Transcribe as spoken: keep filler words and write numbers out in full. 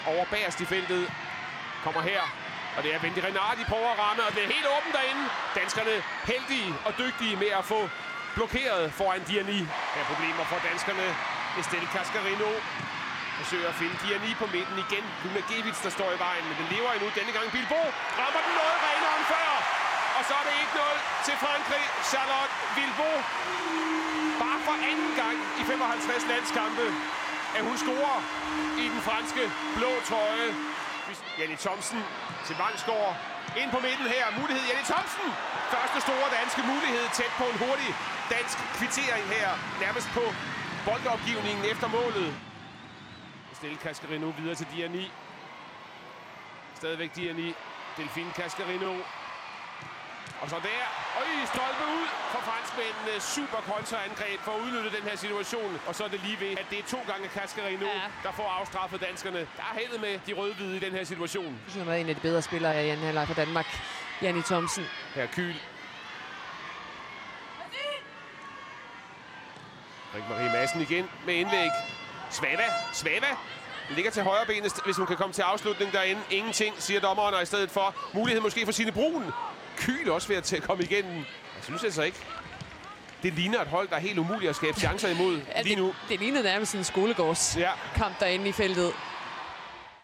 over bagerst i feltet. Kommer her, og det er Wendy Renard, de prøver at ramme, og det er helt åbent derinde. Danskerne heldige og dygtige med at få blokeret foran Diani. Der er problemer for danskerne. Estelle Cascarino forsøger at finde Diani på midten igen. Luna Gewitz, der står i vejen, men den lever endnu. Denne gang Bilbao rammer den noget renere end før. Og så er det et nul til Frankrig. Charlotte Bilbao. Bare for anden gang i femoghalvtreds landskampe, at hun scorer i den franske blå trøje. Janni Thomsen til Vangsgaard. Ind på midten her. Mulighed Janni Thomsen. Første store danske mulighed tæt på en hurtig dansk kvittering her. Nærmest på boldopgivningen efter målet. Estelle Cascarino videre til Diani. Stadigvæk Diani. Delphine Cascarino. Og så der. Øj, stolpe ud for franskmændene. Super kontraangreb for at udnytte den her situation. Og så er det lige ved, at det er to gange Cascarino, ja, der får afstraffet danskerne. Der er heldet med de rød-hvide i den her situation. Det er en af de bedre spillere i anden halvleg for Danmark. Janni Thomsen. Her Kyl. Rik-Marie Madsen igen med indlæg. Svava. Svava. Ligger til højre benet, hvis hun kan komme til afslutning derinde. Ingenting, siger dommeren, og i stedet for mulighed måske for Signe Brun. Kyl også ved at komme igennem. Jeg synes altså ikke. Det ligner et hold, der er helt umuligt at skabe chancer imod ja, lige nu. Det, det ligner nærmest en skolegårdskamp, ja, derinde i feltet.